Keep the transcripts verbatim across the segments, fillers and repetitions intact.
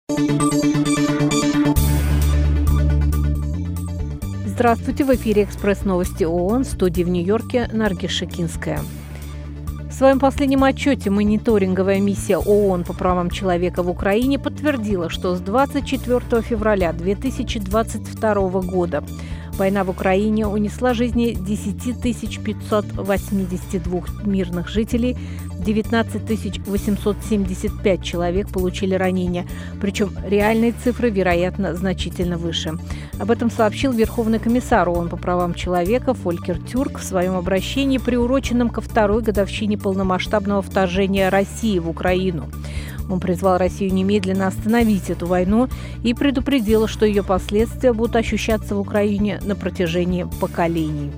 Здравствуйте, в эфире «Экспресс-новости ООН», в студии в Нью-Йорке Наргиз Шакинская. В своем последнем отчете мониторинговая миссия ООН по правам человека в Украине подтвердила, что с двадцать четвёртого февраля две тысячи двадцать второго года война в Украине унесла жизни десять тысяч пятьсот восемьдесят два мирных жителей, девятнадцать тысяч восемьсот семьдесят пять человек получили ранения, причем реальные цифры, вероятно, значительно выше. Об этом сообщил Верховный комиссар ООН по правам человека Фолькер Тюрк в своем обращении, приуроченном ко второй годовщине полномасштабного вторжения России в Украину. Он призвал Россию немедленно остановить эту войну и предупредил, что ее последствия будут ощущаться в Украине на протяжении поколений.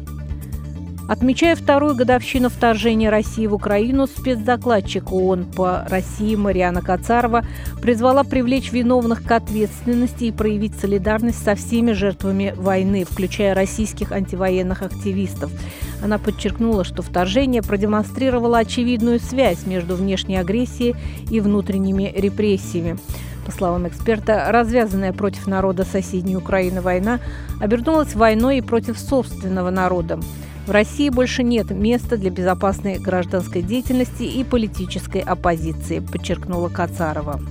Отмечая вторую годовщину вторжения России в Украину, спецдокладчик ООН по России Марианна Кацарова призвала привлечь виновных к ответственности и проявить солидарность со всеми жертвами войны, включая российских антивоенных активистов. Она подчеркнула, что вторжение продемонстрировало очевидную связь между внешней агрессией и внутренними репрессиями. По словам эксперта, развязанная против народа соседней Украины война обернулась войной и против собственного народа. В России больше нет места для безопасной гражданской деятельности и политической оппозиции, подчеркнула Кацарова.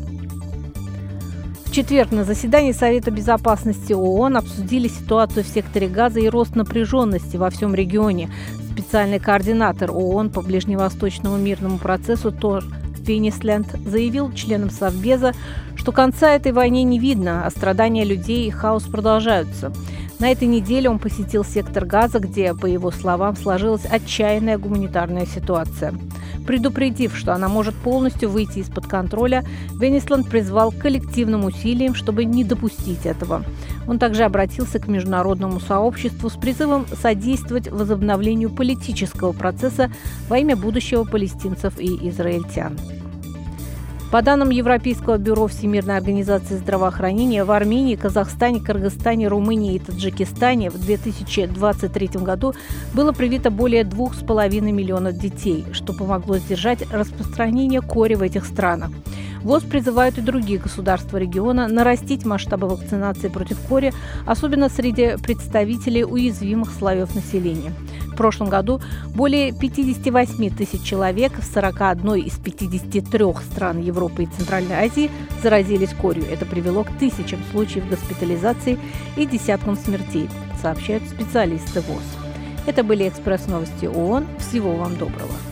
В четверг на заседании Совета безопасности ООН обсудили ситуацию в секторе Газа и рост напряженности во всем регионе. Специальный координатор ООН по ближневосточному мирному процессу Тор Венесленд заявил членам Совбеза, что конца этой войне не видно, а страдания людей и хаос продолжаются. На этой неделе он посетил сектор Газа, где, по его словам, сложилась отчаянная гуманитарная ситуация. Предупредив, что она может полностью выйти из-под контроля, Венесленд призвал к коллективным усилиям, чтобы не допустить этого. Он также обратился к международному сообществу с призывом содействовать возобновлению политического процесса во имя будущего палестинцев и израильтян. По данным Европейского бюро Всемирной организации здравоохранения, в Армении, Казахстане, Кыргызстане, Румынии и Таджикистане в две тысячи двадцать третьем году было привито более двух с половиной миллионов детей, что помогло сдержать распространение кори в этих странах. ВОЗ призывают и другие государства региона нарастить масштабы вакцинации против кори, особенно среди представителей уязвимых слоев населения. В прошлом году более пятьдесят восемь тысяч человек в сорока одной из пятидесяти трёх стран Европы и Центральной Азии заразились корью. Это привело к тысячам случаев госпитализации и десяткам смертей, сообщают специалисты ВОЗ. Это были экспресс-новости ООН. Всего вам доброго.